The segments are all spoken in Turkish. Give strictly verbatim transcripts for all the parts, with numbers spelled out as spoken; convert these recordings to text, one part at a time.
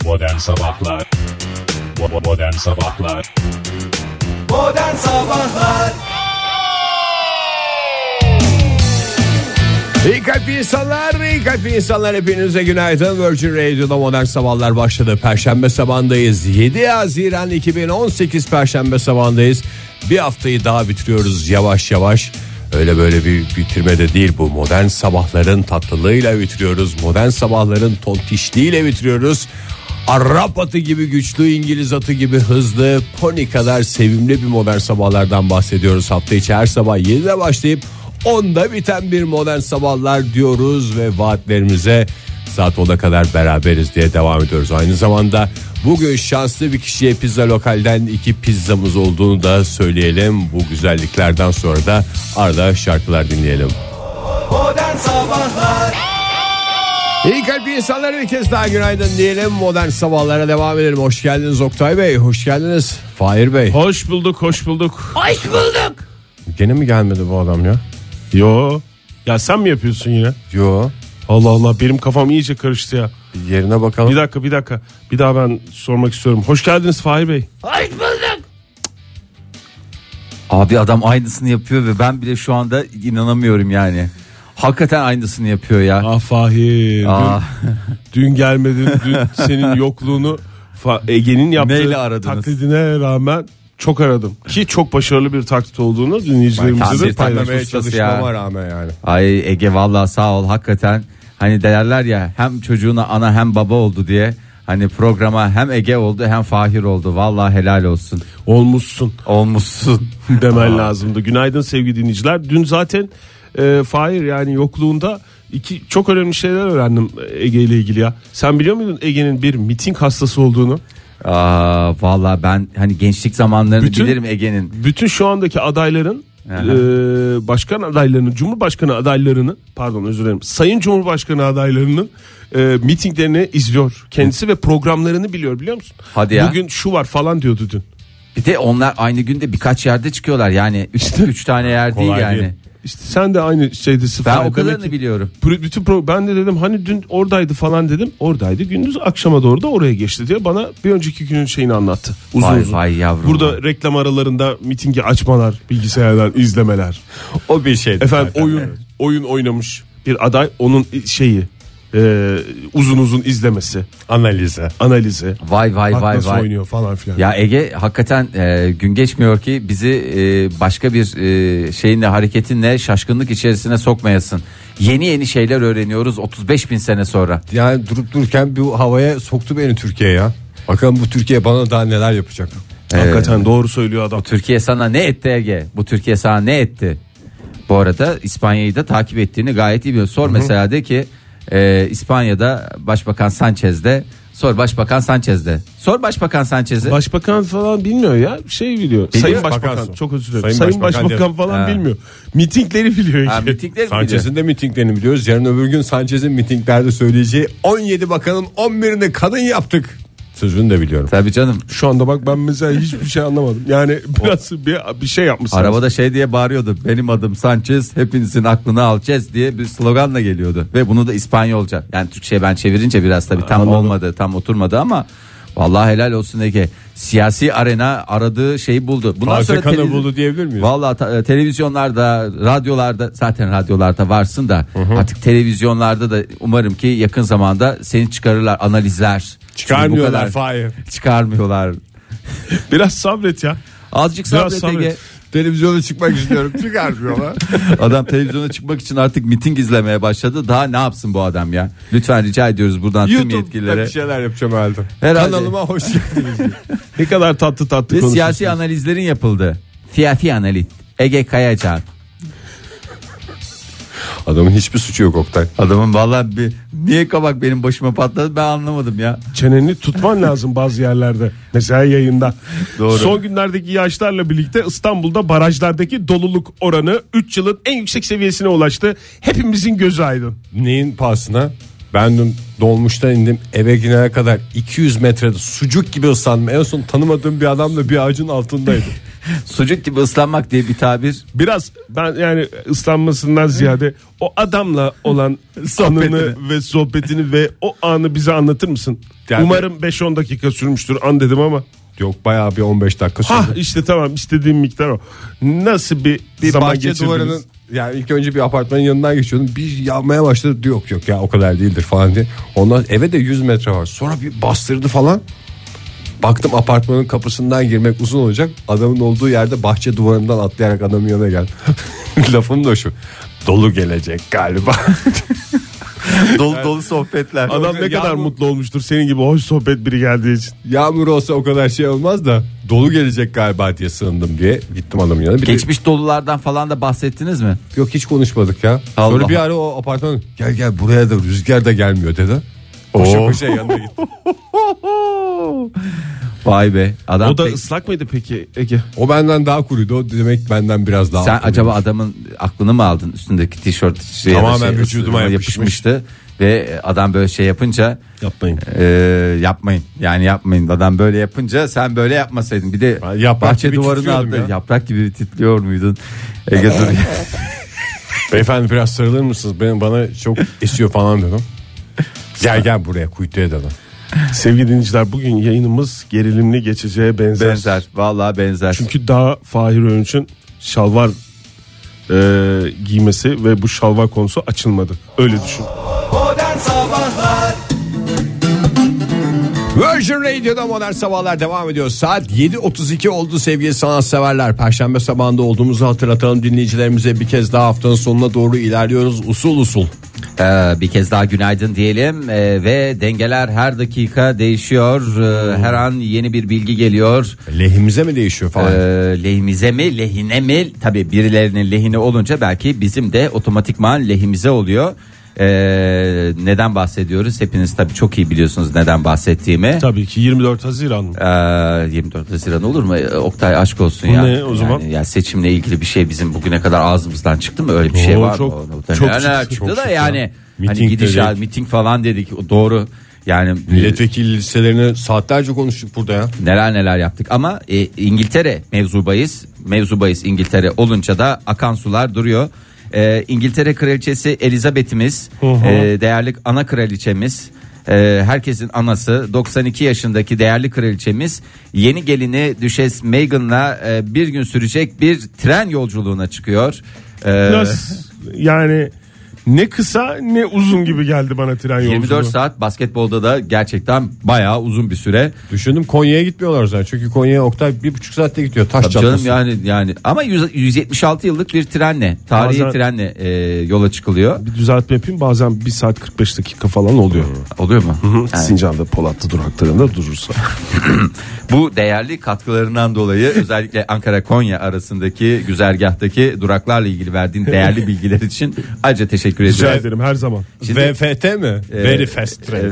Modern Sabahlar Modern Sabahlar Modern Sabahlar İyi kalpli insanlar, iyi kalpli insanlar, hepinize günaydın. Virgin Radio'da Modern Sabahlar başladı. Perşembe sabahındayız. yedi Haziran iki bin on sekiz Perşembe sabahındayız. Bir haftayı daha bitiriyoruz yavaş yavaş. Öyle böyle bir bitirme de değil bu. Modern Sabahların tatlılığıyla bitiriyoruz. Modern Sabahların tontişliğiyle bitiriyoruz. Arap atı gibi güçlü, İngiliz atı gibi hızlı, pony kadar sevimli bir Modern Sabahlardan bahsediyoruz. Hafta içi her sabah yedide başlayıp onda biten bir Modern Sabahlar diyoruz ve vaatlerimize saat ona kadar beraberiz diye devam ediyoruz. Aynı zamanda bugün şanslı bir kişiye Pizza Lokal'den iki pizzamız olduğunu da söyleyelim. Bu güzelliklerden sonra da arada şarkılar dinleyelim. Modern Sabahlar İyi kalpli insanlara bir kez daha günaydın diyelim. Modern Sabahlara devam edelim. Hoş geldiniz Oktay Bey, hoş geldiniz Fahir Bey. Hoş bulduk, hoş bulduk. Hoş bulduk. Gene mi gelmedi bu adam ya? Yo. Ya sen mi yapıyorsun yine? Yo. Allah Allah, benim kafam iyice karıştı ya. Bir yerine bakalım. Bir dakika, bir dakika. Bir daha ben sormak istiyorum. Hoş geldiniz Fahir Bey. Hoş bulduk. Abi adam aynısını yapıyor ve ben bile şu anda inanamıyorum yani. Hakikaten aynısını yapıyor ya. Ah Fahir. Aa. Dün, dün gelmedin. Dün senin yokluğunu Ege'nin Neyle yaptığı aradınız? taklidine rağmen çok aradım. Ki çok başarılı bir taklit olduğunu dinleyicilerimizle de bir paylaşmaya ustası Çalışmama ya. rağmen yani. Ay Ege vallahi sağ ol hakikaten. Hani derler ya, hem çocuğuna ana hem baba oldu diye. Hani programa hem Ege oldu hem Fahir oldu. Vallahi helal olsun. Olmuşsun. Olmuşsun. Demen lazımdı. Günaydın sevgili dinleyiciler. Dün zaten e, Fahir yani yokluğunda iki çok önemli şeyler öğrendim Ege ile ilgili ya. Sen biliyor muydun Ege'nin bir miting hastası olduğunu? Aa, vallahi ben hani gençlik zamanlarını Bütün- bilirim Ege'nin. Bütün şu andaki adayların Aha. e, başkan adaylarının, Cumhurbaşkanı adaylarını, pardon özür dilerim, Sayın Cumhurbaşkanı adaylarının e, mitinglerini izliyor kendisi ve programlarını biliyor, biliyor musun? Hadi ya. Bugün şu var falan diyordu dün. Bir de onlar aynı günde birkaç yerde çıkıyorlar. Yani üç, üç tane yer değil Kolay yani. değil. İşte sen de aynı şeydesin. Ben falan. o kadarını Demek ki biliyorum. pro- bütün pro- ben de dedim hani dün oradaydı falan dedim. Oradaydı, gündüz akşama doğru da oraya geçti diye bana bir önceki günün şeyini anlattı. Uzun Vay uzun. vay yavrum. Burada reklam aralarında mitingi açmalar, bilgisayardan izlemeler. O bir şeydi. Efendim zaten. oyun oyun oynamış bir aday, onun şeyi e, uzun uzun izlemesi, Analize. analizi. Vay vay Bak vay nasıl vay. oynuyor falan filan. Ya Ege hakikaten e, gün geçmiyor ki bizi e, başka bir e, şeyinle, hareketinle şaşkınlık içerisine sokmayasın. Yeni yeni şeyler öğreniyoruz otuz beş bin sene sonra. Yani durup dururken bu havaya soktu beni Türkiye ya. Bakalım bu Türkiye bana daha neler yapacak. Hakikaten doğru söylüyor adam. Türkiye sana ne etti Ege? Bu Türkiye sana ne etti? Bu arada İspanya'yı da takip ettiğini gayet iyi biliyor. Sor mesela, de ki e, İspanya'da Başbakan Sanchez'de. Sor Başbakan Sanchez'de. Sor Başbakan Sanchez'e. Başbakan falan bilmiyor ya, şey biliyor. Biliyor. Sayın Başbakan, Bakansın. çok özür dilerim. Sayın Sayın, Başbakan Başbakan, diyor. falan Ha. bilmiyor. Mitingleri biliyor. Ha, işte. mitingleri biliyor. Sanchez'in de mitinglerini biliyoruz. Yarın öbür gün Sanchez'in mitinglerde söyleyeceği on yedi bakanın on birini kadın yaptık sözünü de biliyorum. Tabii canım. Şu anda bak ben mesela hiçbir şey anlamadım. Yani biraz bir, bir şey yapmışsınız. Arabada şey diye bağırıyordu. Benim adım Sanchez, hepinizin aklını alacağız diye bir sloganla geliyordu. Ve bunu da İspanyolca. Yani Türkçe'ye ben çevirince biraz tabii tam Anladım. olmadı, tam oturmadı ama vallahi helal olsun Ege. Siyasi arena aradığı şeyi buldu. Bundan Taze kanı televiz- buldu diyebilir miyiz? Vallahi ta- televizyonlarda, radyolarda, zaten radyolarda varsın da artık televizyonlarda da umarım ki yakın zamanda seni çıkarırlar, analizler. Çıkarmıyorlar Çünkü bu kadar- Fahir. Çıkarmıyorlar. Biraz sabret ya. Azıcık Biraz sabret sabret. Ege. Televizyona çıkmak istiyorum. Çıkarmıyorlar. Adam televizyona çıkmak için artık miting izlemeye başladı. Daha ne yapsın bu adam ya? Lütfen rica ediyoruz buradan tüm YouTube'da yetkililere. bir şeyler yapacağım herhalde. Herhalde. Kanalıma hoş geldiniz. Ne kadar tatlı tatlı Ve konuşuyorsun. siyasi analizlerin yapıldı. Siyasi analiz. Ege Kayacan. Adamın hiçbir suçu yok Oktay. Adamın vallahi bir niye kabak benim başıma patladı ben anlamadım ya. Çeneni tutman lazım bazı yerlerde. Mesela yayında. Doğru. Son günlerdeki yağışlarla birlikte İstanbul'da barajlardaki doluluk oranı üç yılın en yüksek seviyesine ulaştı. Hepimizin gözü aydın. Neyin pahasına? Ben dün dolmuştan indim, eve girene kadar iki yüz metrede sucuk gibi ıslandım. En son tanımadığım bir adamla bir ağacın altındaydım. Sucuk gibi ıslanmak diye bir tabir. Biraz ben yani ıslanmasından ziyade o adamla olan anını ve sohbetini ve o anı bize anlatır mısın? Yani- Umarım beş on dakika sürmüştür an dedim ama. Yok bayağı bir on beş dakika sürdü. Ha işte tamam istediğim miktar o. Nasıl bir, Bir zaman bahçe geçirdiniz? duvarının yani ilk önce bir apartmanın yanından geçiyordum. Bir yanmaya başladı. Yok yok ya o kadar değildir falan diye. Ondan eve de yüz metre var. Sonra bir bastırdı falan. Baktım apartmanın kapısından girmek uzun olacak. Adamın olduğu yerde bahçe duvarından atlayarak adamın yanına geldim. Lafım da şu. Dolu gelecek galiba. Dolu dolu sohbetler. Adam ne kadar Yağmur- mutlu olmuştur senin gibi hoş sohbet biri geldiği için. Yağmur olsa o kadar şey olmaz da dolu gelecek galiba diye sığındım diye gittim adamın yanına. Bir de- Geçmiş dolulardan falan da bahsettiniz mi? yok hiç konuşmadık ya. Allah. Sonra bir ara o apartman gel gel buraya da rüzgar da gelmiyor dedi. Koşa Oo. koşa yanına gittim. Vay be. Adam O da pek- ıslak mıydı peki Ege? O benden daha kuruydu. O demek benden biraz daha Sen kuruydu. acaba adamın aklını mı aldın? Üstündeki tişört şey ya da Tamamen şey, vücuduma ısırma yapışmış. yapışmıştı ve adam böyle şey yapınca Yapmayın. e, yapmayın. Yani yapmayın. Adam böyle yapınca sen böyle yapmasaydın. Bir de Ben yaprak bahçe gibi duvarının titriyordum altı ya. yaprak gibi titriyor muydun? Ege dur. Beyefendi biraz sarılır mısınız? Benim bana çok esiyor falan dedim. Gel gel buraya kuytuya dedim. Sevgili dinleyiciler bugün yayınımız gerilimli geçeceğe benzer. benzer. Vallahi benzer. Çünkü daha Fahir Öğünç'ün şalvar e, giymesi ve bu şalvar konusu açılmadı. Öyle düşün. Modern Sabahlar Virgin Radio'da Modern Sabahlar devam ediyor. Saat yedi otuz iki oldu sevgili sanatseverler. Perşembe sabahında olduğumuzu hatırlatalım dinleyicilerimize. Bir kez daha haftanın sonuna doğru ilerliyoruz usul usul. Ee, bir kez daha günaydın diyelim Ee, ve dengeler her dakika değişiyor. Ee, her an yeni bir bilgi geliyor. Lehimize mi değişiyor falan? Ee, lehimize mi lehine mi? Tabii birilerinin lehine olunca belki bizim de otomatikman lehimize oluyor. Ee, neden bahsediyoruz? Hepiniz tabii çok iyi biliyorsunuz neden bahsettiğimi. Tabii ki yirmi dört Haziran. Ee, yirmi dört Haziran olur mu? Ee, Oktay aşk olsun Bu ya. ne o zaman? Yani, ya seçimle ilgili bir şey bizim bugüne kadar ağzımızdan çıktı mı? Öyle bir şey Oo, var çok- mı? çok Neler çıktı, çıktı çok da çıktı. yani. Miting Hani gidişat, dedik. miting falan dedik. Doğru. Yani Milletvekili listelerini saatlerce konuştuk burada ya. neler neler yaptık ama e, İngiltere mevzu bahis mevzu bahis İngiltere olunca da akan sular duruyor. E, İngiltere kraliçesi Elizabeth'imiz e, değerli ana kraliçemiz e, herkesin anası doksan iki yaşındaki değerli kraliçemiz yeni gelini Düşes Meghan'la e, bir gün sürecek bir tren yolculuğuna çıkıyor. E, Nasıl? Yani ne kısa ne uzun gibi geldi bana tren yolculuğu. yirmi dört saat basketbolda da gerçekten bayağı uzun bir süre. Düşündüm Konya'ya gitmiyorlar zaten. Çünkü Konya'ya Oktay bir buçuk saatte gidiyor. Taş Tabii canım çatlası. yani yani ama yüz- yüz yetmiş altı yıllık bir trenle, tarihi Bazen- trenle e, yola çıkılıyor. Bir düzeltme yapayım bazen bir saat kırk beş dakika falan oluyor. Oluyor mu? Yani Sincan'da Polatlı duraklarında durursa. bu değerli katkılarından dolayı özellikle Ankara Konya arasındaki güzergahtaki duraklarla ilgili verdiğin değerli bilgiler için ayrıca teşekkür Rica ediyorum. ederim her zaman. Şimdi- V F T mi? Ee, Very fast train.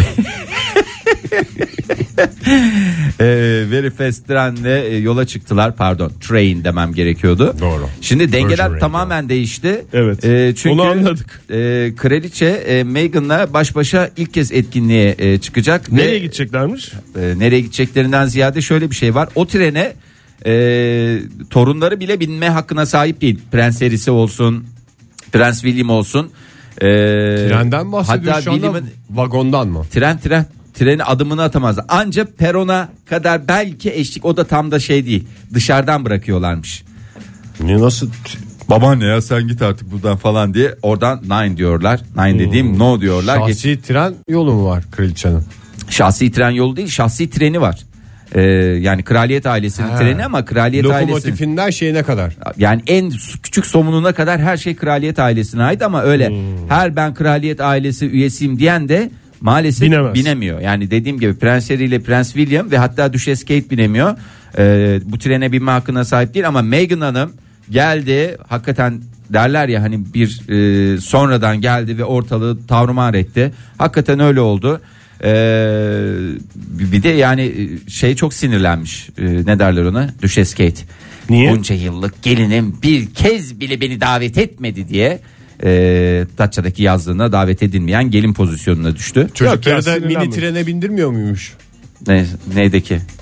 e, Very Fast trenle e, yola çıktılar. Pardon, train demem gerekiyordu. Doğru. Şimdi dengeler Virgin tamamen değişti. Evet. E, çünkü Onu anladık. e, kraliçe e, Meghan'la baş başa ilk kez etkinliğe e, çıkacak. Nereye ve, gideceklermiş? e, nereye gideceklerinden ziyade şöyle bir şey var. O trene e, torunları bile binme hakkına sahip değil. Prens Harry'si olsun, Prens William olsun. E, Trenden bahsediyoruz hatta şu anda. William'ın Vagondan mı? tren tren treni adımını atamaz. Ancak perona kadar belki eşlik, o da tam da şey değil. Dışarıdan bırakıyorlarmış. Ne nasıl? Babaanne ya sen git artık buradan falan diye oradan nine diyorlar. Nine dediğim no diyorlar. Geç- Şahsi tren yolu mu var kraliçenin? şahsi tren yolu değil, şahsi treni var. Ee, yani kraliyet ailesinin Ha. treni ama kraliyet ailesinin Lokomotifinden şeyine kadar. yani en küçük somununa kadar her şey kraliyet ailesine ait ama öyle Hmm. her ben kraliyet ailesi üyesiyim diyen de maalesef Binemez. binemiyor. Yani dediğim gibi Prens Harry ile Prens William ve hatta Düşes Kate binemiyor. Ee, bu trene binme hakkına sahip değil ama Meghan Hanım geldi, hakikaten derler ya hani bir e, sonradan geldi ve ortalığı tarumar etti. Hakikaten öyle oldu. Ee, bir de yani şey çok sinirlenmiş. Ee, ne derler ona? Düşes Kate. Niye? Bunca yıllık gelinim bir kez bile beni davet etmedi diye e, Datça'daki yazlığına davet edilmeyen gelin pozisyonuna düştü. Çocukları ya, da mini sinirlenmemiş. trene bindirmiyor muymuş? Ne, neydeki?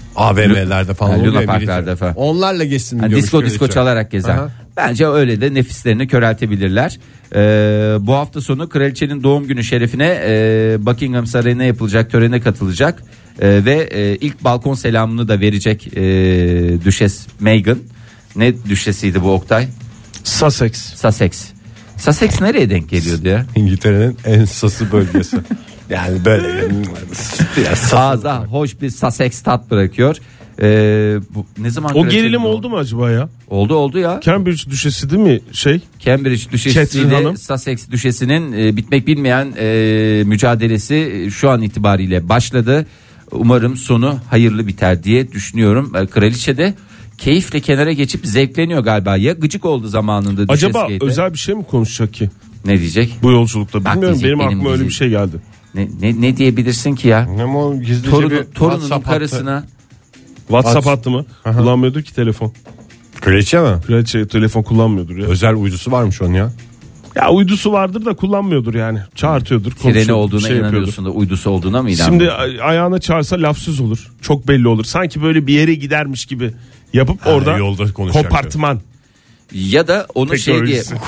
A V M'lerde falan. Ha, Luna oluyor, Parklarda militer. falan. Onlarla geçsin Yani diyormuş disko disko kraliçe. çalarak gezer. Aha. Bence öyle de nefislerini köreltebilirler. Ee, bu hafta sonu kraliçenin doğum günü şerefine e, Buckingham Sarayı'na yapılacak törene katılacak. E, ve e, ilk balkon selamını da verecek e, Düşes Meghan. Ne düşesiydi bu Oktay? Sussex. Sussex. Sussex nereye denk geliyordu ya? İngiltere'nin en sası bölgesi. Yani böyle biraz Ağza hoş bir Sussex tat bırakıyor. Ee, bu, ne zaman O kraliçe gerilim doğdu? oldu mu acaba ya? Oldu oldu ya. Cambridge düşesi değil mi şey? Cambridge Catherine düşesiyle Hanım. Sussex düşesinin e, bitmek bilmeyen e, mücadelesi şu an itibariyle başladı. Umarım sonu hayırlı biter diye düşünüyorum. E, kraliçe de keyifle kenara geçip zevkleniyor galiba. Ya gıcık oldu zamanında Düşes Acaba Kate'e. özel bir şey mi konuşacak ki Ne diyecek? bu yolculukta? Bak Bilmiyorum, diyecek, benim benim aklıma öyle bir diyecek. şey geldi. Ne, ne, ne diyebilirsin ki ya? Hem o gizlice Torunu, bir torununun WhatsApp hattı. karısına WhatsApp Aç. hattı mı? Kullanmıyordur ki telefon. Kraliçe mi? Kraliçe telefon kullanmıyordur ya. Özel uydusu varmış onun ya. Ya uydusu vardır da kullanmıyordur yani. Çağırtıyordur, treni konuşuyordur, olduğuna şey yapıyordur. inanıyorsun da uydusu olduğuna mı Şimdi inanmıyorsun? ay- ayağına çağırsa lafsız olur. Çok belli olur. Sanki böyle bir yere gidermiş gibi yapıp Ha, orada yolda konuşacak. kompartman. Ya da onu şey diye Teknolojisi.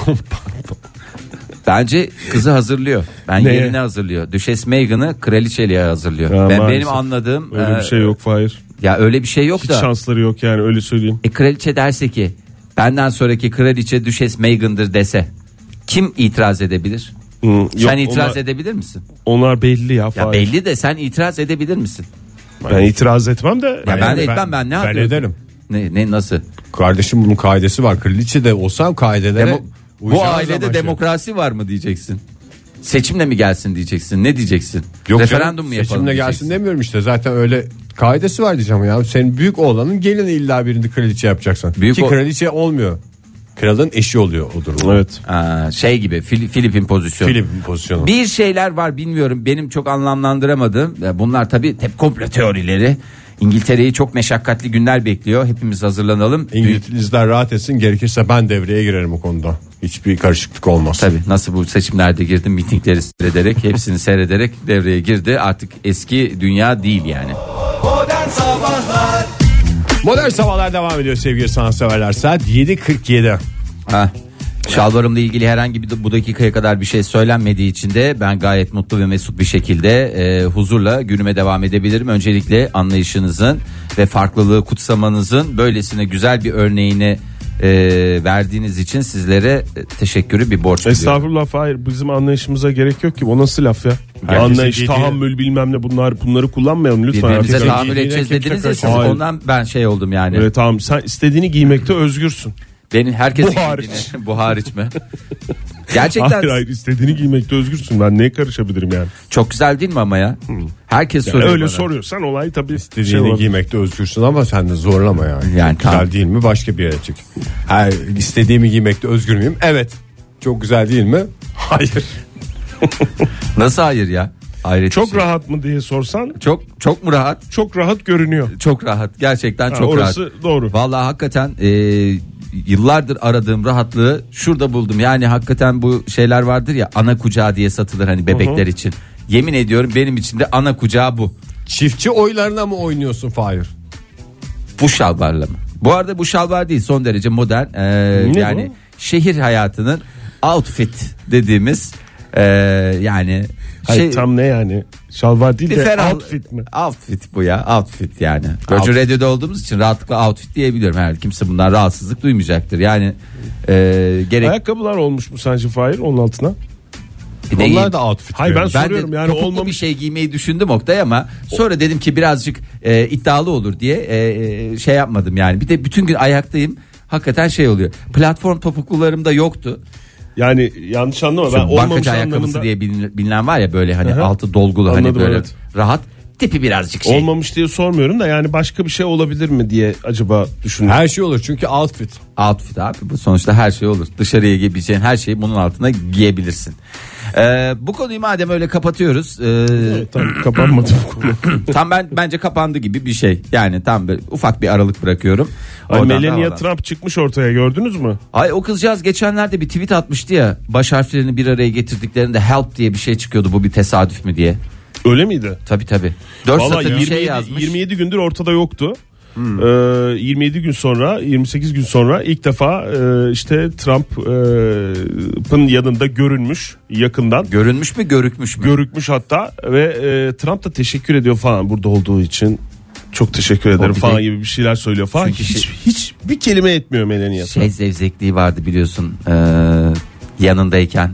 bence kızı hazırlıyor. Ben Neye? yerine hazırlıyor. Düşes Meghan'ı kraliçeliğe hazırlıyor. Ya ben maalesef. benim anladığım Öyle e, bir şey yok Fahir. Ya öyle bir şey yok Hiç da. şansları yok yani, öyle söyleyeyim. E kraliçe derse ki benden sonraki kraliçe Düşes Meghan'dır dese kim itiraz edebilir? Hı, yok, Sen itiraz onlar, edebilir misin? onlar belli ya Fahir. Ya belli de sen itiraz edebilir misin? Ben itiraz etmem de. Ya ben, Ben- de etmem ben ne ben yapıyorum? ederim. Ne, ne nasıl? Kardeşim bunun kaidesi var. Kraliçe de olsam kaidelere Demo- bu uyacağız ailede ama şey. demokrasi var mı diyeceksin? Seçimle mi gelsin diyeceksin? Ne diyeceksin? Yok Referandum canım, mu yapalım seçimle diyeceksin? gelsin demiyorum işte. Zaten öyle kaidesi var diyeceğim ya. Senin büyük oğlanın gelini illa birini kraliçe yapacaksın. Büyük Ki o- kraliçe olmuyor. Kralın eşi oluyor o durum. Evet. Aa, şey gibi Fil- Filipin pozisyonu. Film pozisyonu. Bir şeyler var bilmiyorum, benim çok anlamlandıramadığım. Bunlar tabii hep komplo teorileri. İngiltere'yi çok meşakkatli günler bekliyor. Hepimiz hazırlanalım. İngilizler rahat etsin, gerekirse ben devreye girerim o konuda. Hiçbir karışıklık olmaz. Tabii nasıl bu seçimlerde girdim, mitingleri seyrederek, hepsini seyrederek devreye girdi. Artık eski dünya değil yani. Modern Sabahlar Modern Sabahlar devam ediyor sevgili sanatseverler. Saat yedi kırk yedi. Ha. Şalvarımla ilgili herhangi bir bu dakikaya kadar bir şey söylenmediği için de ben gayet mutlu ve mesut bir şekilde e, huzurla günüme devam edebilirim. Öncelikle anlayışınızın ve farklılığı kutsamanızın böylesine güzel bir örneğini e, verdiğiniz için sizlere e, teşekkürü bir borç biliyorum. Estağfurullah Fahir, bizim anlayışımıza gerek yok ki. O nasıl laf ya? Herkesin Anlayış, giydiği- tahammül bilmem ne, bunlar bunları kullanmayalım lütfen. Birbirimize Herkes- tahammül giydiğine edeceğiz kimse dediniz ya siz, karışamaz. ondan ben şey oldum yani. Evet tamam, sen istediğini giymekte özgürsün. Benim herkesin Bu hariç. giydiğini- bu hariç mi? Gerçekten Hayır hayır, istediğini giymekte özgürsün. Ben neye karışabilirim yani? çok güzel değil mi ama ya? Herkes Yani soruyor öyle bana. soruyorsan olay tabii İstediğini şey olabilir. giymekte özgürsün ama sen de zorlama yani. Yani güzel tamam. değil mi? Başka bir yere çık. Her istediğimi giymekte özgür müyüm? Evet. Çok güzel değil mi? Hayır. Nasıl hayır ya? Hayret Çok bir şey. rahat mı diye sorsan Çok çok mu rahat? çok rahat görünüyor. Çok rahat. Gerçekten Ha, çok rahat. orası doğru. Vallahi hakikaten e, yıllardır aradığım rahatlığı şurada buldum. Yani hakikaten bu şeyler vardır ya, ana kucağı diye satılır hani bebekler için. Yemin ediyorum benim için de ana kucağı bu. Çiftçi oylarına mı oynuyorsun Fahir? Bu şalvarla mı? Bu arada bu şalvar değil, son derece modern. E, Ne yani bu? şehir hayatının outfit dediğimiz e, yani Hayır, şey, tam ne yani? Şalvar değil bir de ferah- outfit mi? Outfit bu ya, outfit yani. Virgin Radio'da olduğumuz için rahatlıkla outfit diyebiliyorum. Herhalde kimse bundan rahatsızlık duymayacaktır. Yani e, gerek Ayakkabılar olmuş mu sence Fahir onun altına? Neyi- Onlar da outfit. Hayır, ben veriyor. ben soruyorum de yani, topuklu olmamış. bir şey giymeyi düşündüm Oktay ama sonra dedim ki birazcık e, iddialı olur diye e, e, şey yapmadım yani. Bir de bütün gün ayaktayım. Hakikaten şey oluyor. Platform topuklularım da yoktu. Yani yanlış anlama, ben Şu olmamış bankacı ayakkabısı anlamında diye bilin- bilinen var ya, böyle hani Aha. altı dolgulu, hani Anladım, böyle evet. rahat. Tipi birazcık şey. olmamış diye sormuyorum da yani başka bir şey olabilir mi diye acaba düşünüyorum. Her şey olur çünkü outfit. Outfit abi, bu sonuçta her şey olur. Dışarıya giyebileceğin her şeyi bunun altına giyebilirsin. Ee, bu konuyu madem öyle kapatıyoruz. E, Tam kapanmadı bu konu. tam ben bence kapandı gibi bir şey. Yani tam böyle ufak bir aralık bırakıyorum. Ay, Oradan da Melania havalan. Trump çıkmış ortaya, gördünüz mü? Ay, o kızcağız geçenlerde bir tweet atmıştı ya. Baş harflerini bir araya getirdiklerinde help diye bir şey çıkıyordu. Bu bir tesadüf mü diye. Öyle miydi? Tabii tabii. dört Vallahi satır bir yirmi yedi, şey yazmış. yirmi yedi gündür ortada yoktu. Hmm. Ee, yirmi yedi gün sonra, yirmi sekiz gün sonra ilk defa e, işte Trump'ın yanında görünmüş, yakından Görünmüş mü, görükmüş mü? görükmüş hatta ve e, Trump da teşekkür ediyor falan burada olduğu için. Çok teşekkür ederim bir de- falan gibi bir şeyler söylüyor falan. Çünkü Hiç, şey- hiç bir kelime etmiyor Melania. Şey zevzekliği vardı biliyorsun, ee, yanındayken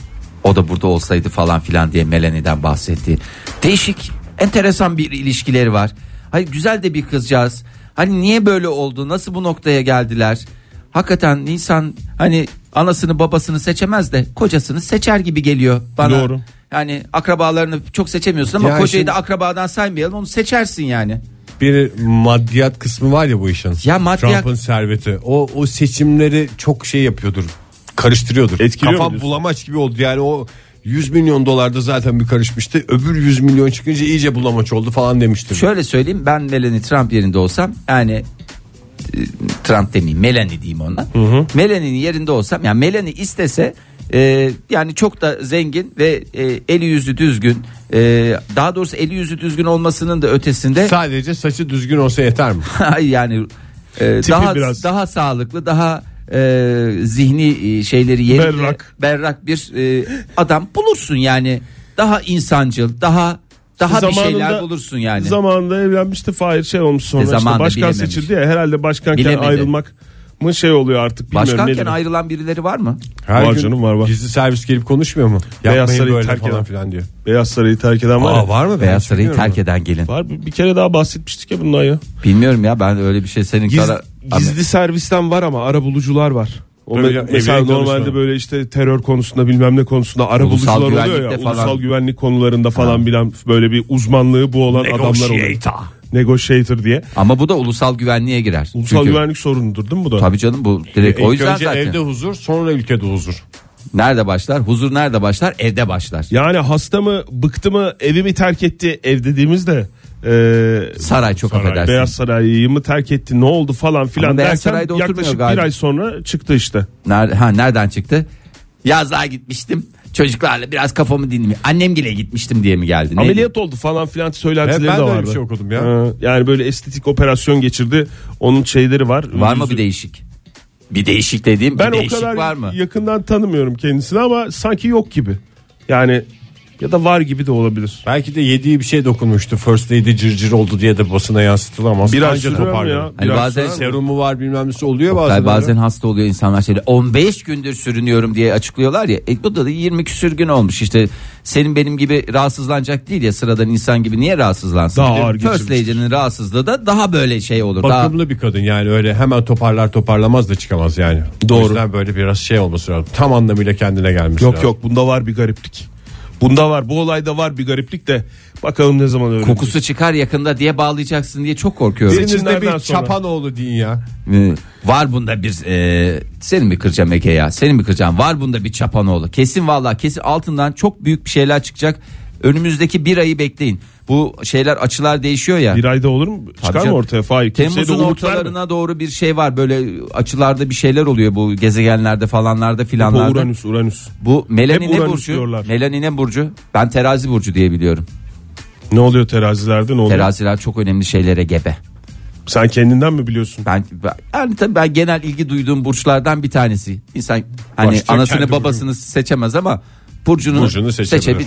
o da burada olsaydı falan filan diye Melanie'den bahsetti. Değişik, enteresan bir ilişkileri var. Hayır, güzel de bir kızcağız. Hani niye böyle oldu, nasıl bu noktaya geldiler? Hakikaten insan hani anasını babasını seçemez de kocasını seçer gibi geliyor bana. Doğru. Yani akrabalarını çok seçemiyorsun ama Ya kocayı şimdi- da akrabadan saymayalım, onu seçersin yani. Bir maddiyat kısmı var ya bu işin. Ya maddiyat- Trump'ın serveti. O o seçimleri çok şey yapıyordur. Karıştırıyordur. Etkiliyor mu Kafam diyorsun? bulamaç gibi oldu. Yani o yüz milyon dolarda zaten bir karışmıştı. Öbür yüz milyon çıkınca iyice bulamaç oldu falan demiştim. Şöyle söyleyeyim, ben Melanie Trump yerinde olsam, yani e, Trump demeyeyim, Melanie diyeyim ona. Melanie'nin yerinde olsam, yani Melanie istese e, yani çok da zengin ve e, eli yüzü düzgün, e, daha doğrusu eli yüzü düzgün olmasının da ötesinde Sadece saçı düzgün olsa yeter mi? yani e, daha biraz. daha sağlıklı, daha e, zihni e, şeyleri yerinde Berrak. berrak bir e, adam bulursun yani, daha insancıl, daha daha bir şeyler bulursun yani. Zamanında evlenmişti Fahir, şey olmuş sonra İşte işte zamanında başkan bilememiş. seçildi ya, herhalde başkanken Bilemedi. ayrılmak mı şey oluyor artık bilmiyorum. Başkanken nedir? ayrılan birileri var mı? Her Var gün canım, var, var. Gizli servis gelip konuşmuyor mu? Beyaz Yapmayın Sarayı böyle terk falan eden. filan diyor. Beyaz Sarayı terk eden var ya. Aa, var mı? Ben Beyaz hiç Sarayı bilmiyorum. terk eden gelin. Var, bir bir kere daha bahsetmiştik ya bundan ya. Bilmiyorum ya, ben öyle bir şey senin Giz- kara... gizli servisten var ama ara bulucular var. O Tabii me- ya, mesela evlilik normalde danışmanı. böyle işte terör konusunda bilmem ne konusunda ara Ulusal bulucular oluyor ya. güvenlikte falan. Ulusal güvenlik konularında falan bilen böyle bir uzmanlığı bu olan adamlar oluyor. Negotiator. Negotiator diye. Ama bu da ulusal güvenliğe girer. Ulusal Çünkü, güvenlik sorunudur değil mi bu da? tabii canım, bu direkt İlk o yüzden önce zaten. evde huzur, sonra ülkede huzur. Nerede başlar? Huzur nerede başlar? Evde başlar. Yani hasta mı, bıktı mı, evi mi terk etti? Ev dediğimizde e, Saray, çok Saray, affedersin. Beyaz Saray'ı mı terk etti, ne oldu falan filan Ama Beyaz derken Saray'da oturmuyor yaklaşık galiba. bir ay sonra çıktı işte. Nerede, ha, nereden çıktı? Yazlığa gitmiştim. Çocuklarla biraz kafamı dinleyeyim. Annemgile gitmiştim diye mi geldi? Neydi? Ameliyat oldu falan filan söylentileri Evet, ben de de öyle vardı. bir şey okudum ya. Ha, yani böyle estetik operasyon geçirdi. Onun şeyleri var. Var mı Yüzü- bir değişik? Bir değişik dediğim Ben bir o değişik kadar var mı? yakından tanımıyorum kendisini ama sanki yok gibi. Yani ya da var gibi de olabilir. Belki de yediği bir şey dokunmuştu. First Lady cırcır oldu diye de basına yansıtılamaz. Biraz Anca sürüyor mu toparlıyor. ya? Hani Biraz bazen sürüyor mu? Serumu var bilmem nesi oluyor bazen. Bazen, bazen öyle. hasta oluyor insanlar, şöyle on beş gündür sürünüyorum diye açıklıyorlar ya. E, bu da yirmi küsür gün olmuş işte. Senin benim gibi rahatsızlanacak değil ya, sıradan insan gibi niye rahatsızlansın? Daha Bir de ağır First geçirmiş. Lady'nin rahatsızlığı da daha böyle şey olur. Bakımlı bir kadın yani, öyle hemen toparlar toparlamaz da çıkamaz yani. Doğru. O yüzden böyle biraz şey olması lazım. Tam anlamıyla kendine gelmesi Yok lazım. yok, bunda var bir gariplik. Bunda var, bu olayda var bir gariplik de bakalım ne zaman Daha öğreneceğiz. kokusu çıkar yakında diye bağlayacaksın diye çok korkuyorum. Birinizde Seçimlerden bir sonra. Çapanoğlu deyin ya. Ee, Var bunda bir e, senin mi kıracağım Ege ya, senin mi kıracağım, var bunda bir Çapanoğlu kesin, vallahi kesin altından çok büyük bir şeyler çıkacak. Önümüzdeki bir ayı bekleyin, bu şeyler, açılar değişiyor ya. Bir ayda olur mu? Çıkar canım. mı ortaya? Fahir. Kimseye de Temmuz'un umut verme. ortalarına doğru bir şey var, böyle açılarda bir şeyler oluyor bu gezegenlerde falanlarda Bu filanlarda. Uranüs, Uranüs. Bu Melanie Hep ne Uranüs burcu? diyorlar. Melanie ne burcu? Ben terazi burcu diye biliyorum. Ne oluyor terazilerde, ne oluyor? Teraziler çok önemli şeylere gebe. Sen kendinden mi biliyorsun? Ben, ben yani tabii ben genel ilgi duyduğum burçlardan bir tanesi. İnsan hani Başta anasını kendi babasını seçemez ama burcunu, Burcunu seçebilir. seçebilir.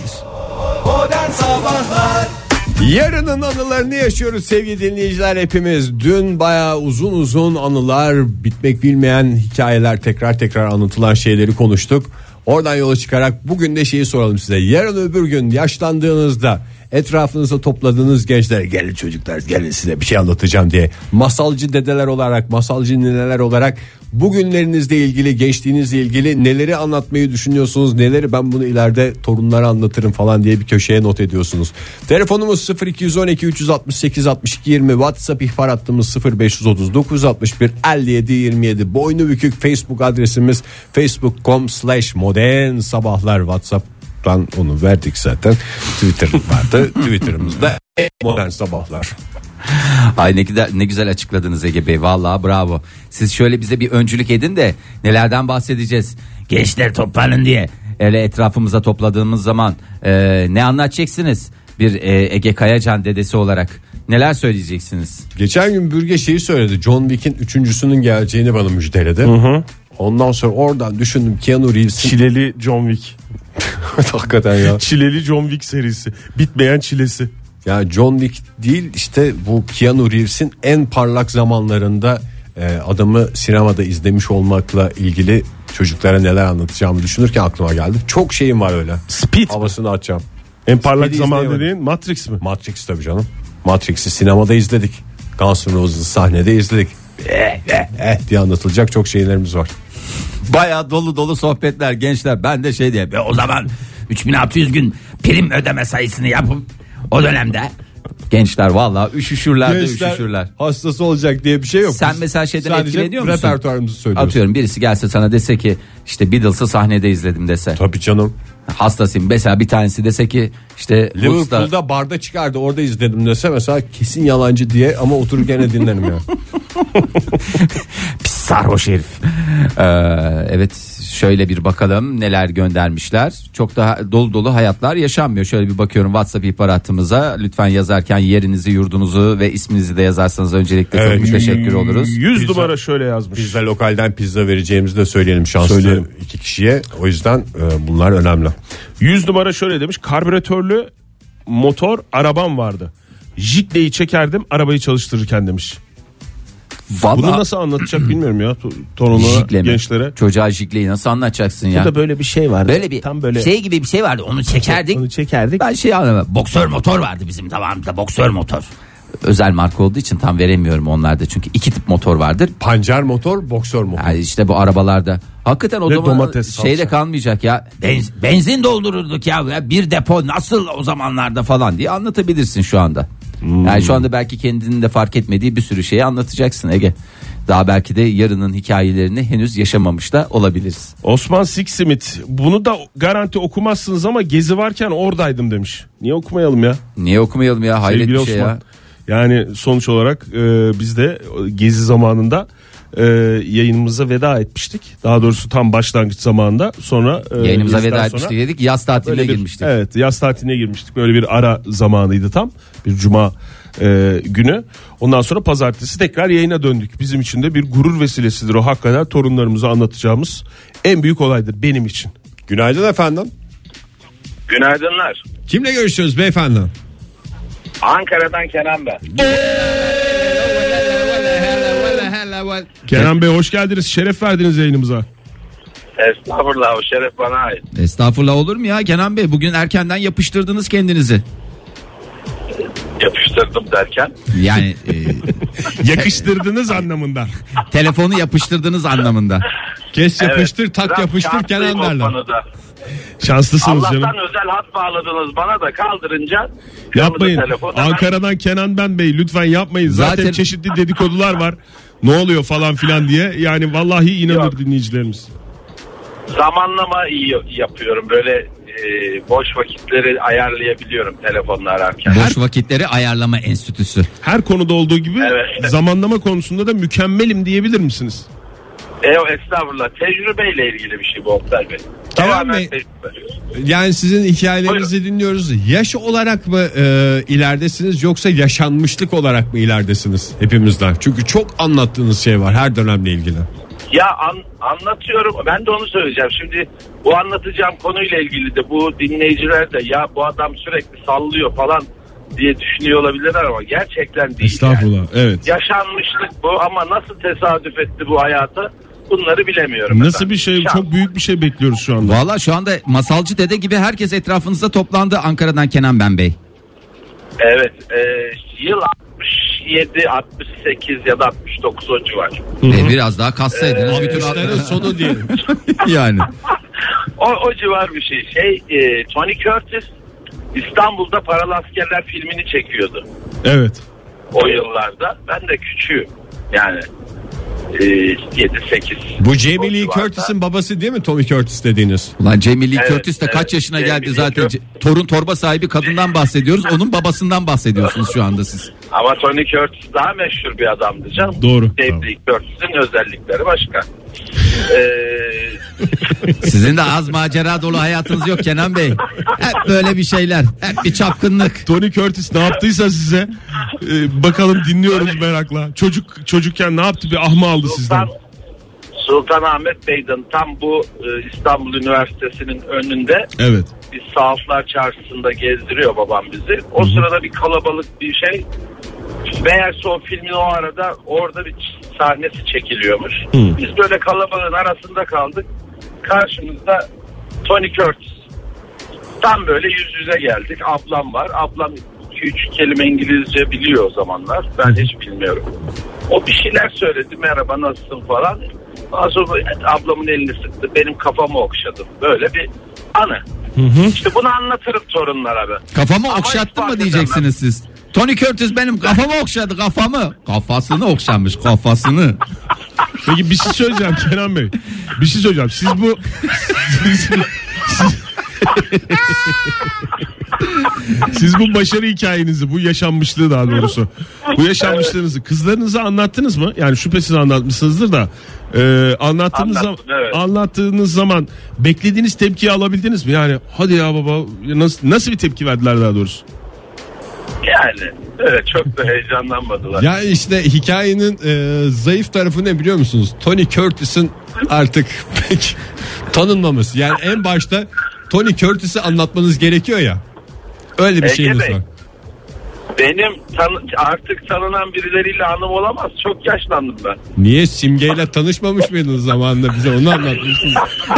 Modern Sabahlar Yarının anılarını yaşıyoruz sevgili dinleyiciler hepimiz. Dün bayağı uzun uzun anılar, bitmek bilmeyen hikayeler, tekrar tekrar anlatılan şeyleri konuştuk. Oradan yola çıkarak bugün de şeyi soralım size. Yarın öbür gün yaşlandığınızda etrafınıza topladığınız gençler, gelin çocuklar gelin size bir şey anlatacağım diye, masalcı dedeler olarak, masalcı nineler olarak bugünlerinizle ilgili, gençliğinizle ilgili neleri anlatmayı düşünüyorsunuz, neleri ben bunu ileride torunlara anlatırım falan diye bir köşeye not ediyorsunuz. Telefonumuz sıfır iki on iki üç altı sekiz altmış iki yirmi, WhatsApp ihbar hattımız sıfır beş otuz dokuz altmış bir elli yedi yirmi yedi, boynu bükük Facebook adresimiz facebook nokta com slash modern sabahlar. WhatsApp onu verdik zaten. Twitter vardı. Twitter'ımızda modern sabahlar. Ay ne güzel, ne güzel açıkladınız Ege Bey, vallahi bravo. Siz şöyle bize bir öncülük edin de nelerden bahsedeceğiz? Gençler toplanın diye. Öyle etrafımıza topladığımız zaman e, ne anlatacaksınız? bir e, Ege Kayacan dedesi olarak neler söyleyeceksiniz? Geçen gün Bürge şeyi söyledi. John Wick'in üçüncüsünün geleceğini bana müjdeledi. Hı hı. Ondan sonra oradan düşündüm Keanu Reeves'in. Çileli John Wick. Hakikaten ya. Çileli John Wick serisi. Bitmeyen çilesi. Ya John Wick değil işte bu Keanu Reeves'in en parlak zamanlarında e, adamı sinemada izlemiş olmakla ilgili çocuklara neler anlatacağımı düşünürken aklıma geldi. Çok şeyim var öyle. Speed. Havasını açacağım. En parlak Speed'i zaman izleyemedim. dediğin Matrix mi? Matrix tabii canım. Matrix'i sinemada izledik. Guns N' Roses'ı sahnede izledik. Eh, eh, eh diye anlatılacak çok şeylerimiz var. Bayağı dolu dolu sohbetler gençler. Ben de şey diye o zaman üç bin altı yüz gün prim ödeme sayısını yapıp o dönemde gençler vallahi üşüşürler de Gençler üşüşürler. hastası olacak diye bir şey yok. Sen Biz mesela şeyden sadece etkileniyor musun? repertuarımızı söylüyoruz. Atıyorum birisi gelse sana dese ki işte Beatles'ı sahnede izledim dese. Tabii canım. Hastasıyım. Mesela bir tanesi dese ki işte Woodstock'ta Liverpool'da barda çıkardı orada izledim dese mesela kesin yalancı diye ama oturup gene dinlerim ya. pis sarhoş herif. Ee, evet şöyle bir bakalım neler göndermişler. Çok daha dolu dolu hayatlar yaşanmıyor. Şöyle bir bakıyorum WhatsApp ihbar hattımıza. Lütfen yazarken yerinizi, yurdunuzu ve isminizi de yazarsanız öncelikle Evet. çok teşekkür oluruz. yüz Pizza. numara şöyle yazmış. Pizza lokalden pizza vereceğimizi de söyleyelim şanslı Söyleyelim. iki kişiye. O yüzden e, bunlar önemli. yüz numara şöyle demiş. Karbüratörlü motor arabam vardı. Jikleyi çekerdim arabayı çalıştırırken demiş. Vallahi Bunu nasıl anlatacak bilmiyorum ya to- torununa, Jikle mi? gençlere. Çocuğa jikleyi nasıl anlatacaksın ya? Burada böyle bir şey vardı. Böyle bir tam böyle şey gibi bir şey vardı. Onu çekerdik. onu çekerdik. Ben şey anlamadım. Boksör motor vardı bizim zamanımızda. Boksör motor. Özel marka olduğu için tam veremiyorum onlarda. Çünkü iki tip motor vardır. Pancar motor, boksör motor. Yani işte bu arabalarda. Hakikaten o Ve zaman domates, şeyde salça. kalmayacak ya. Benz, benzin doldururduk ya. ya. Bir depo nasıl o zamanlarda falan diye anlatabilirsin şu anda. Hmm. Yani şu anda belki kendinin de fark etmediği bir sürü şeyi anlatacaksın Ege. Daha belki de yarının hikayelerini henüz yaşamamış da olabiliriz. Osman Siksimit bunu da garanti okumazsınız ama gezi varken oradaydım demiş. Niye okumayalım ya? Niye okumayalım ya? Hayret Sevgili bir şey Osman. ya. Yani sonuç olarak e, biz de gezi zamanında e, yayınımıza veda etmiştik. Daha doğrusu tam başlangıç zamanında. Sonra e, Yayınımıza geziden veda sonra etmiştik dedik. Yaz tatiline böyle bir- girmiştik. Evet, yaz tatiline girmiştik. Böyle bir ara zamanıydı tam. Bir cuma e, günü. Ondan sonra pazartesi tekrar yayına döndük. Bizim için de bir gurur vesilesidir o, hakikaten torunlarımıza anlatacağımız en büyük olaydır benim için. Günaydın efendim. Günaydınlar. Kimle görüşüyoruz beyefendi? Ankara'dan Kenan ben. Kenan Bey hoş geldiniz. Şeref verdiniz yayınımıza. Estağfurullah, o şeref bana ait. Estağfurullah olur mu ya Kenan Bey? Bugün erkenden yapıştırdınız kendinizi. Yapıştırdım derken. Yani e, Yakıştırdınız anlamında. telefonu yapıştırdınız anlamında. Kes yapıştır tak biraz yapıştır şanslıyım Kenan o derler. konuda. Şanslısınız Allah'tan canım. özel hat bağladınız bana da kaldırınca. Yapmayın. yanımda telefon, hemen- Ankara'dan Kenan Ben Bey lütfen yapmayın. Zaten, Zaten- çeşitli dedikodular var. Ne oluyor falan filan diye. Yani vallahi inanır Yok. dinleyicilerimiz. Zamanlama iyi yapıyorum. Böyle e, boş vakitleri ayarlayabiliyorum telefonla ararken. Boş vakitleri ayarlama enstitüsü. Her konuda olduğu gibi Evet. zamanlama konusunda da mükemmelim diyebilir misiniz? E, estağfurullah, tecrübeyle ilgili bir şey bu Oktay Bey. Kenan Tamamen Bey- tecrübe. Yani sizin hikayelerinizi dinliyoruz. Yaş olarak mı e, ileridesiniz yoksa yaşanmışlık olarak mı ileridesiniz hepimizden? Çünkü çok anlattığınız şey var her dönemle ilgili. Ya an, anlatıyorum, ben de onu söyleyeceğim. Şimdi bu anlatacağım konuyla ilgili de bu dinleyiciler de ya bu adam sürekli sallıyor falan diye düşünüyor olabilirler ama gerçekten değil. Estağfurullah. Yani. Evet. Yaşanmışlık bu ama nasıl tesadüf etti bu hayata, bunları bilemiyorum. Nasıl efendim. bir şey? Şans. Çok büyük bir şey bekliyoruz şu anda. Valla şu anda masalcı dede gibi herkes etrafınızda toplandı Ankara'dan Kenan Ben Bey. Evet, e, yıl altmış yedi altmış sekiz ya da altmış dokuz o civar. E, biraz daha kassaydınız. bütün altmışların sonu diyelim. yani. O, o civar bir şey. Şey e, Tony Curtis İstanbul'da Paralı Askerler filmini çekiyordu. Evet. O yıllarda. Ben de küçüğüm. Yani e, yedi sekiz. Bu Jamie Lee Curtis'in babası değil mi Tommy Curtis dediğiniz? Ulan Jamie Lee Evet, Curtis de evet. kaç yaşına Jamie geldi Lee zaten. Curtis. Torun torba sahibi kadından bahsediyoruz. Onun babasından bahsediyorsunuz şu anda siz. Ama Tony Curtis daha meşhur bir adamdı canım. Doğru. Jamie Lee Curtis'in özellikleri başka. Ee, Sizin de az macera dolu hayatınız yok Kenan Bey. Hep böyle bir şeyler. Hep bir çapkınlık. Tony Curtis ne yaptıysa size e, bakalım dinliyoruz merakla. Çocuk çocukken ne yaptı, bir ahma aldı sizden. Sultan, Sultanahmet Meydanı tam bu e, İstanbul Üniversitesi'nin önünde. Evet. Biz Sahaflar Çarşısı'nda gezdiriyor babam bizi. O Hı-hı. sırada bir kalabalık bir şey. Meğerse o filmin o arada orada bir sahnesi çekiliyormuş. Hı. Biz böyle kalabalığın arasında kaldık. Karşımızda Tony Curtis. Tam böyle yüz yüze geldik. Ablam var. Ablam iki üç kelime İngilizce biliyor o zamanlar. Ben hiç bilmiyorum. O bir şeyler söyledi. Merhaba, nasılsın falan. Ondan sonra ablamın elini sıktı. Benim kafamı okşadı. Böyle bir anı. Hı hı. İşte bunu anlatırım torunlara ben. Kafamı okşattın mı diyeceksiniz siz. Tony Curtis benim kafamı okşadı, kafamı. Kafasını okşamış, kafasını. Peki bir şey söyleyeceğim Kenan Bey. Bir şey söyleyeceğim. Siz bu siz, siz, siz bu başarı hikayenizi, bu yaşanmışlığı daha doğrusu, bu yaşanmışlığınızı kızlarınıza anlattınız mı? Yani şüphesiz anlatmışsınızdır da e, anlattığınız zaman, evet. anlattığınız zaman beklediğiniz tepkiyi alabildiniz mi? Yani hadi ya baba, nasıl nasıl bir tepki verdiler daha doğrusu? Yani evet, çok da heyecanlanmadılar. Ya işte hikayenin e, zayıf tarafı ne biliyor musunuz? Tony Curtis'in artık pek tanınmaması. Yani en başta Tony Curtis'i anlatmanız gerekiyor ya. Öyle bir Ege şeyiniz Bey, var. Benim tan- artık tanınan birileriyle anım olamaz. Çok yaşlandım ben. Niye, Simge'yle tanışmamış mıydınız zamanında, bize onu anlatmışsınız.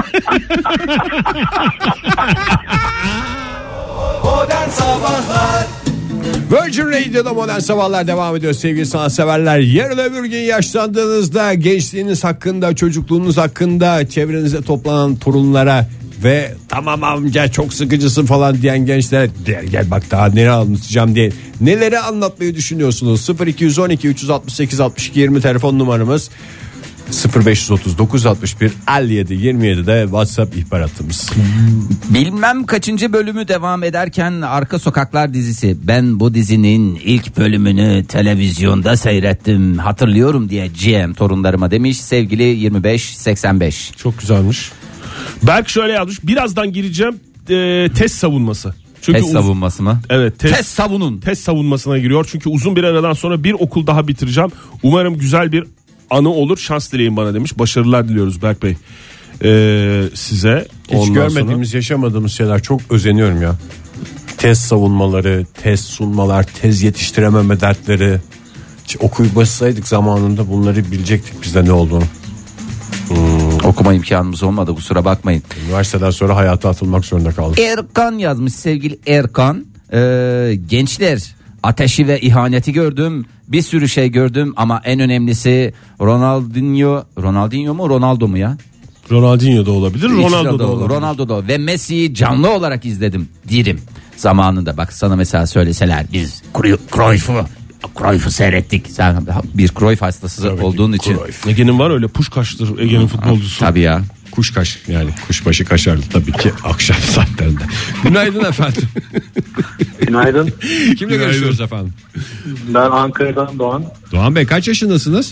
Modern Sabahlar. Virgin Radio'da Modern Sabahlar devam ediyor sevgili sanatseverler. Yarın öbür gün yaşlandığınızda, gençliğiniz hakkında, çocukluğunuz hakkında, çevrenize toplanan torunlara ve tamam amca çok sıkıcısın falan diyen gençlere gel, gel bak daha neler anlatacağım diye neleri anlatmayı düşünüyorsunuz? sıfır iki on iki üç altı sekiz altmış iki yirmi telefon numaramız, sıfır beş otuz dokuz altmış bir elli yedi yirmi yedi de WhatsApp ihbar hattımız. Bilmem kaçıncı bölümü devam ederken Arka Sokaklar dizisi, ben bu dizinin ilk bölümünü televizyonda seyrettim hatırlıyorum diye G M torunlarıma demiş sevgili yirmi beş seksen beş. Çok güzelmiş. Berk şöyle yazmış, birazdan gireceğim e, test savunması. Çünkü test uz- savunması mı? Evet, test, test savunun. Test savunmasına giriyor çünkü uzun bir aradan sonra bir okul daha bitireceğim. Umarım güzel bir anı olur, şans dileyin bana demiş. Başarılar diliyoruz Berk Bey ee, size. Hiç Ondan görmediğimiz sonra... yaşamadığımız şeyler, çok özeniyorum ya. Test savunmaları, test sunmalar, tez yetiştirememe dertleri. Hiç okuyup basaydık zamanında bunları bilecektik bizde ne olduğunu. Hmm. Okuma imkanımız olmadı, kusura bakmayın. Üniversiteden sonra hayata atılmak zorunda kaldım. Erkan yazmış sevgili Erkan. Ee, gençler, ateşi ve ihaneti gördüm. Bir sürü şey gördüm ama en önemlisi Ronaldinho, Ronaldinho mu Ronaldo mu ya? Ronaldinho da olabilir, Ronaldo da olabilir. Ronaldo da ve Messi'yi canlı olarak izledim dirim. Zamanında bak sana mesela söyleseler biz Cruyff'u Cruyff'u seyrettik. Sen bir Cruyff hastası tabii olduğun için. Cruyff. Ege'nin var öyle puşkaştır Ege'nin futbolcusu. Tabii ya. Kuşkaş, yani kuşbaşı kaşarlı tabii ki akşam saatlerinde. Günaydın efendim. Günaydın. Kimle görüşüyoruz efendim? Ben Ankara'dan Doğan. Doğan Bey kaç yaşındasınız?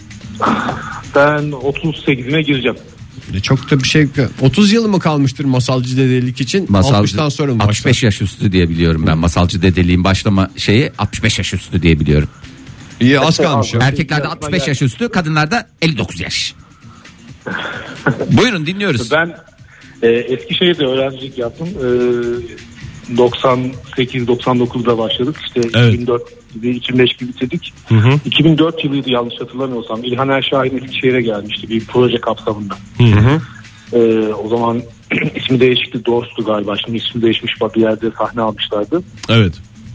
Ben otuz sekizine gireceğim. Çok da bir şey, otuz yılı mı kalmıştır masalcı dedelik için? Masalcı, altmıştan sonra mı altmış beş başlar? yaş üstü diye biliyorum ben. Masalcı dedeliğin başlama şeyi altmış beş yaş üstü diye biliyorum. İyi, az kalmış ya. Erkeklerde altmış beş yaş üstü, kadınlarda elli dokuz yaş. Buyurun dinliyoruz. Ben e, Eskişehir'de öğrencilik yaptım. E, doksan sekiz doksan dokuzda başladık. İşte evet. iki bin dört iki bin beş gibi bitirdik. Hı hı. iki bin dört yılıydı yanlış hatırlamıyorsam. İlhan Erşahin Eskişehir'e gelmişti bir proje kapsamında. Hı hı. E, o zaman ismi değişikti, Dors'tu galiba. Şimdi ismi değişmiş, bir yerde sahne almışlardı. Evet.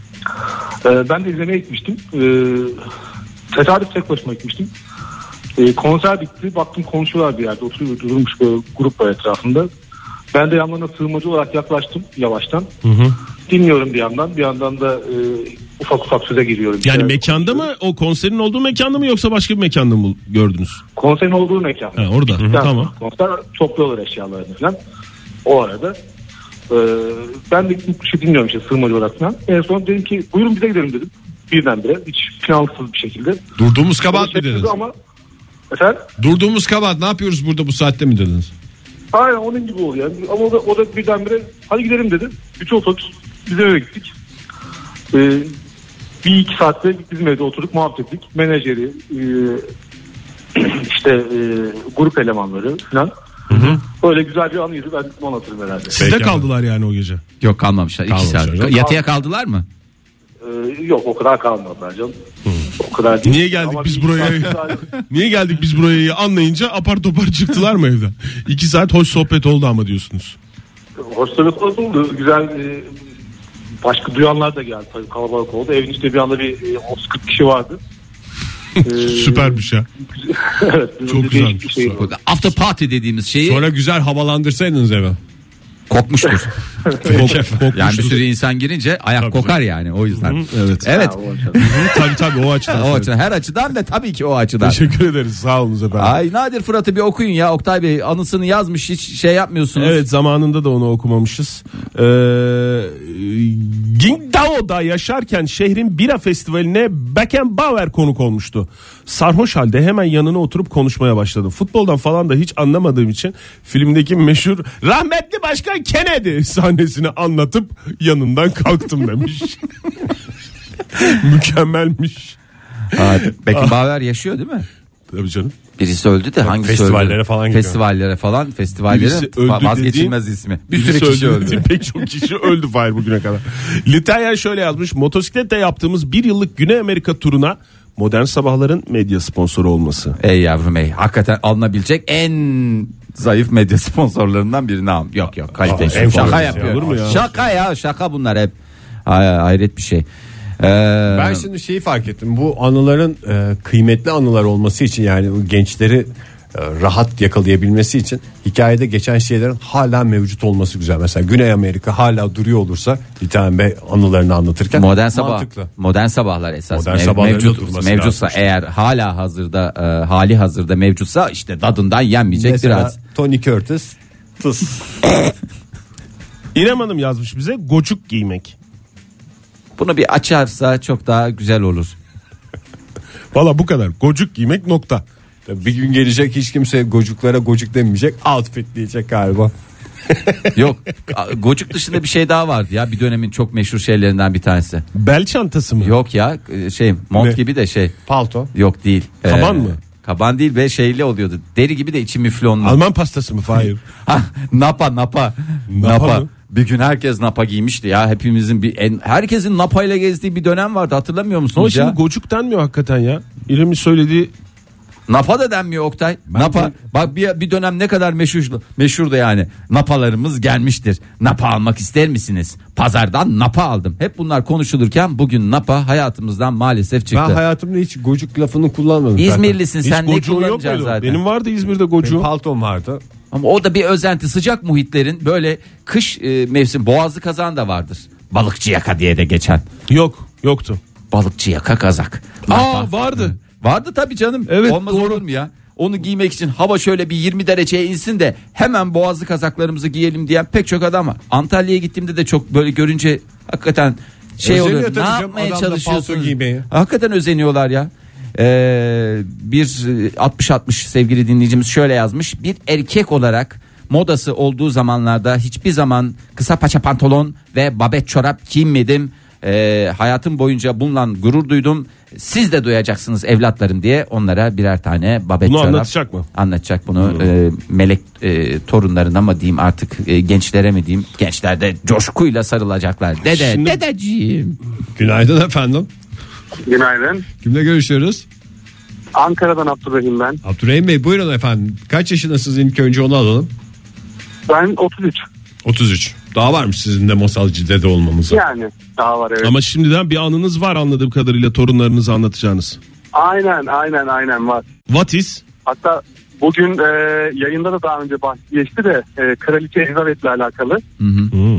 E, ben de izlemeye gitmiştim. E, tesadüf tek başıma gitmiştim. E, konser bitti. Baktım konuşuyorlar bir yerde. Oturuyor, durmuş böyle grup var etrafında. Ben de yanlarına sığınmacı olarak yaklaştım yavaştan. Hı hı. Dinliyorum bir yandan. Bir yandan da e, ufak ufak söze giriyorum. Yani evet. Mekanda mı? O konserin olduğu mekanda mı yoksa başka bir mekanda mı gördünüz? Konserin olduğu mekan. Ha, orada. Hı hı, tamam. Konser topluyorlar eşyalarını falan. O arada. E, ben de bir şey dinliyorum işte sığınmacı olarak falan. En son dedim ki buyurun bize gidelim dedim. Birdenbire. Hiç planlısız bir şekilde. Durduğumuz kabahat mı dediniz? Ama efendim? Durduğumuz kabahat, ne yapıyoruz burada bu saatte mi dediniz? Aynen onun gibi oluyor. Yani. Ama o da, o da birdenbire hadi gidelim dedi. Bütün otobüs bizim eve gittik. Ee, bir iki saatte bizim evde oturduk, muhabbet ettik. Menajeri, e, işte e, grup elemanları falan. Hı hı. Öyle güzel bir anıydı. Ben bunu anlatırım herhalde. Sizde kaldılar yani o gece? Yok, kalmamışlar. İki saat. Yatıya kaldılar mı? Ee, yok, o kadar kalmadılar canım. Hmm. O kadar değil. Niye geldik Ama biz buraya? Niye geldik biz buraya anlayınca apar topar çıktılar mı evden? İki saat hoş sohbet oldu ama diyorsunuz. Hoş sohbet oldu. Güzel, e, başka duyanlar da geldi. Tabii kalabalık oldu. Evin içinde bir anda bir e, otuz kırk kişi vardı. Süpermiş ya. Evet, çok güzel. Şey after party dediğimiz şeyi. Sonra güzel havalandırsaydınız eve. Kokmuştur. Kok, yani bir sürü insan girince ayak tabii kokar yani, o yüzden. Hı-hı. Evet. Evet. tabii tabii o açıdan. o açıdan, her açıdan ve tabii ki o açıdan. Teşekkür ederiz, sağ olun efendim. Ay Nadir Fırat'ı bir okuyun ya Oktay Bey, anısını yazmış, hiç şey yapmıyorsunuz. Evet, zamanında da onu okumamışız. Ee, Qingdao'da yaşarken şehrin bira festivaline Beckenbauer konuk olmuştu. Sarhoş halde hemen yanına oturup konuşmaya başladım. Futboldan falan da hiç anlamadığım için filmdeki meşhur rahmetli Başkan Kennedy sahnesini anlatıp yanından kalktım demiş. Mükemmelmiş. Beckenbauer yaşıyor değil mi? Tabii canım. Birisi öldü de hangisi festivallere öldü? falan gidiyor. Festivallere falan, festivallere vazgeçilmez dediğin, ismi. Bir sürü kişi öldü. Pek çok kişi öldü Fahir bugüne kadar. Litalyan şöyle yazmış: motosikletle yaptığımız bir yıllık Güney Amerika turuna Modern Sabahların medya sponsoru olması. Ey yavrum ey, hakikaten alınabilecek en zayıf medya sponsorlarından birini al. Yok yok, kalite. Aa, şaka yapıyor. Olur mu ya? Şaka ya, şaka bunlar hep. Hay, hayret bir şey. Ee, ben şimdi şeyi fark ettim. Bu anıların e, kıymetli anılar olması için, yani bu gençleri e, rahat yakalayabilmesi için hikayede geçen şeylerin hala mevcut olması güzel. Mesela Güney Amerika hala duruyor olursa bir tane be anılarını anlatırken modern sabah, mantıklı. Modern sabahlar esas modern mev, mevcut mevcutsa lazım. Eğer hala hazırda e, hali hazırda mevcutsa işte tadından yenmeyecek. Mesela biraz. Tony Curtis tıs. İrem Hanım yazmış bize: gocuk giymek. Bunu bir açarsa çok daha güzel olur. Valla bu kadar. Gocuk giymek nokta. Bir gün gelecek, hiç kimse gocuklara gocuk demeyecek, outfit diyecek galiba. Yok, gocuk dışında bir şey daha vardı ya, bir dönemin çok meşhur şeylerinden bir tanesi. Bel çantası mı? Yok ya, şey mont ne? Gibi de şey. Palto. Yok değil. Kaban ee, mı? Kaban değil be, şeyli oluyordu. Deri gibi de içi müflonlu. Alman pastası mı? Hayır. Napa napa. Napa. Napa. Bir gün herkes napa giymişti ya. Hepimizin bir en, herkesin napa ile gezdiği bir dönem vardı, hatırlamıyor musunuz? Ama ya? şimdi gocuk denmiyor hakikaten ya. İrem'in söylediği. Napa da denmiyor Oktay. Ben Napa de... bak bir, bir dönem ne kadar meşhur meşhurdu yani. Napalarımız gelmiştir. Napa almak ister misiniz? Pazardan napa aldım. Hep bunlar konuşulurken bugün napa hayatımızdan maalesef çıktı. Ben hayatımda hiç gocuk lafını kullanmadım. İzmirlisin zaten. sen, hiç ne kullanacaksın zaten? Benim vardı İzmir'de gocuğum. Paltom vardı. Ama o da bir özenti, sıcak muhitlerin böyle kış e, mevsim, boğazlı kazan da vardır. Balıkçı yaka diye de geçen. Yok, yoktu. Balıkçı yaka kazak. Aa napa. Vardı. Vardı tabii canım. Evet, olmaz doğru. Olur mu ya? Onu giymek için hava şöyle bir yirmi dereceye insin de hemen boğazlı kazaklarımızı giyelim diyen pek çok adam var. Antalya'ya gittiemde de çok böyle görünce hakikaten şey özeniyor oluyor. Ne canım, yapmaya çalışıyorsunuz? Giymeye. Hakikaten özeniyorlar ya. Ee, bir altmış altmış sevgili dinleyicimiz şöyle yazmış: bir erkek olarak modası olduğu zamanlarda hiçbir zaman kısa paça pantolon ve babet çorap giymedim. Ee, hayatım boyunca bununla gurur duydum. Siz de duyacaksınız evlatlarım diye onlara birer tane babet bunu çorap. Bunu anlatacak mı? Anlatacak bunu. Hmm. E, melek e, torunlarına mı diyeyim artık, e, gençlere mi diyeyim? Gençler de coşkuyla sarılacaklar. Dede, Şimdi... dedeciğim. Günaydın efendim. Günaydın. Kimle görüşüyoruz? Ankara'dan Abdurrahim ben. Abdurrahim Bey buyurun efendim. Kaç yaşındasınız, ilk önce onu alalım. Ben otuz üç. otuz üç. Daha varmış sizin de masalcı dede olmamıza. Yani daha var, evet. Ama şimdiden bir anınız var anladığım kadarıyla, torunlarınızı anlatacağınız. Aynen aynen aynen var. What is? Hatta bugün e, yayında da daha önce bahsi geçti de e, Kraliçe Elizabeth'le alakalı. Hı hı. Hmm.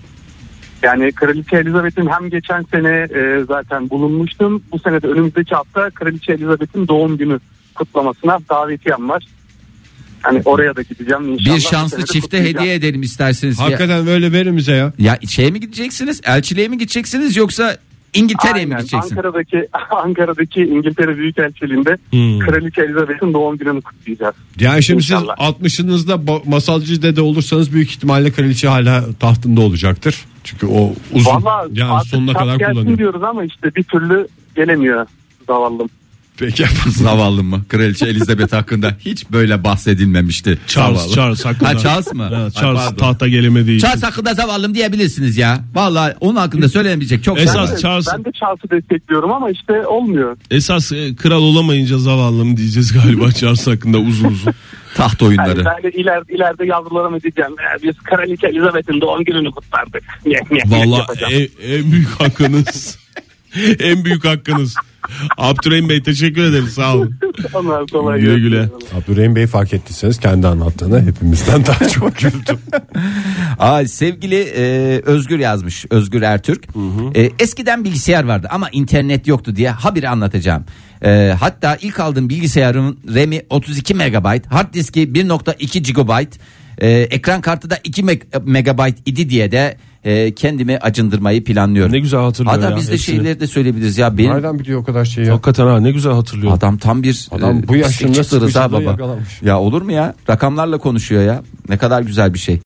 Yani Kraliçe Elizabeth'in hem geçen sene e, zaten bulunmuştum. Bu sene de önümüzdeki hafta Kraliçe Elizabeth'in doğum günü kutlamasına davetiyem var. Hani oraya da gideceğim inşallah. Bir şanslı çifte hediye edelim isterseniz. Hakikaten ya. Böyle verin bize ya. Ya şeye mi gideceksiniz? Elçiliğe mi gideceksiniz yoksa İngiltere'ye mi Aynen, gideceksin? Ankara'daki Ankara'daki İngiltere Büyükelçiliğinde Hmm. Kraliçe Elizabeth'in doğum gününü kutlayacağız. Yani şimdi siz İnşallah. altmışınızda ba- masalcı dede olursanız büyük ihtimalle kraliçe hala tahtında olacaktır. Çünkü o uzun Valla yani artık sonuna şart kadar gelsin kullanıyor. diyoruz ama işte bir türlü gelemiyor zavallım. Peki. Zavallı mı? Kraliçe Elizabeth hakkında hiç böyle bahsedilmemişti. Charles, Zavallı. Charles hakkında. Ha, Charles mı? Evet, Ay, Charles pardon. tahta gelemediği için. Charles hakkında zavallım diyebilirsiniz ya. Vallahi onun hakkında söylenemeyecek çok şey Esas var. Charles, Ben de Charles'ı destekliyorum ama işte olmuyor. esas e, kral olamayınca zavallım diyeceğiz galiba Charles hakkında uzun uzun. Taht oyunları. Yani ben de ileride, ileride yavrularıma diyeceğim. "Ya biz Kraliçe Elizabeth'in doğum gününü kutlardık." Vallahi Yapacağım. en, en büyük hakkınız. En büyük hakkınız. Abdurrahim Bey teşekkür ederiz, sağ olun. Onlar kolay Güle gelsin. güle. Abdurrahim Bey fark ettiyseniz kendi anlattığını hepimizden daha çok güldüm. Aa, sevgili e, Özgür yazmış. Özgür Ertürk. E, eskiden bilgisayar vardı ama internet yoktu diye habire anlatacağım. E, hatta ilk aldığım bilgisayarın RAM'i otuz iki megabayt, hard diski bir nokta iki gigabayt, e, ekran kartı da iki megabayt idi diye de e, kendimi acındırmayı planlıyorum. Ne güzel hatırlıyor Hatta ya biz de hepsini. şeyleri de söyleyebiliriz ya. Benim Nereden biliyor o kadar şeyi ya? Hakikaten ha, ne güzel hatırlıyor. adam tam bir Adam e, bu yaşında pislikçi Rıza sıkıcılığı baba. yakalamış. Ya olur mu ya? Rakamlarla konuşuyor ya. Ne kadar güzel bir şey.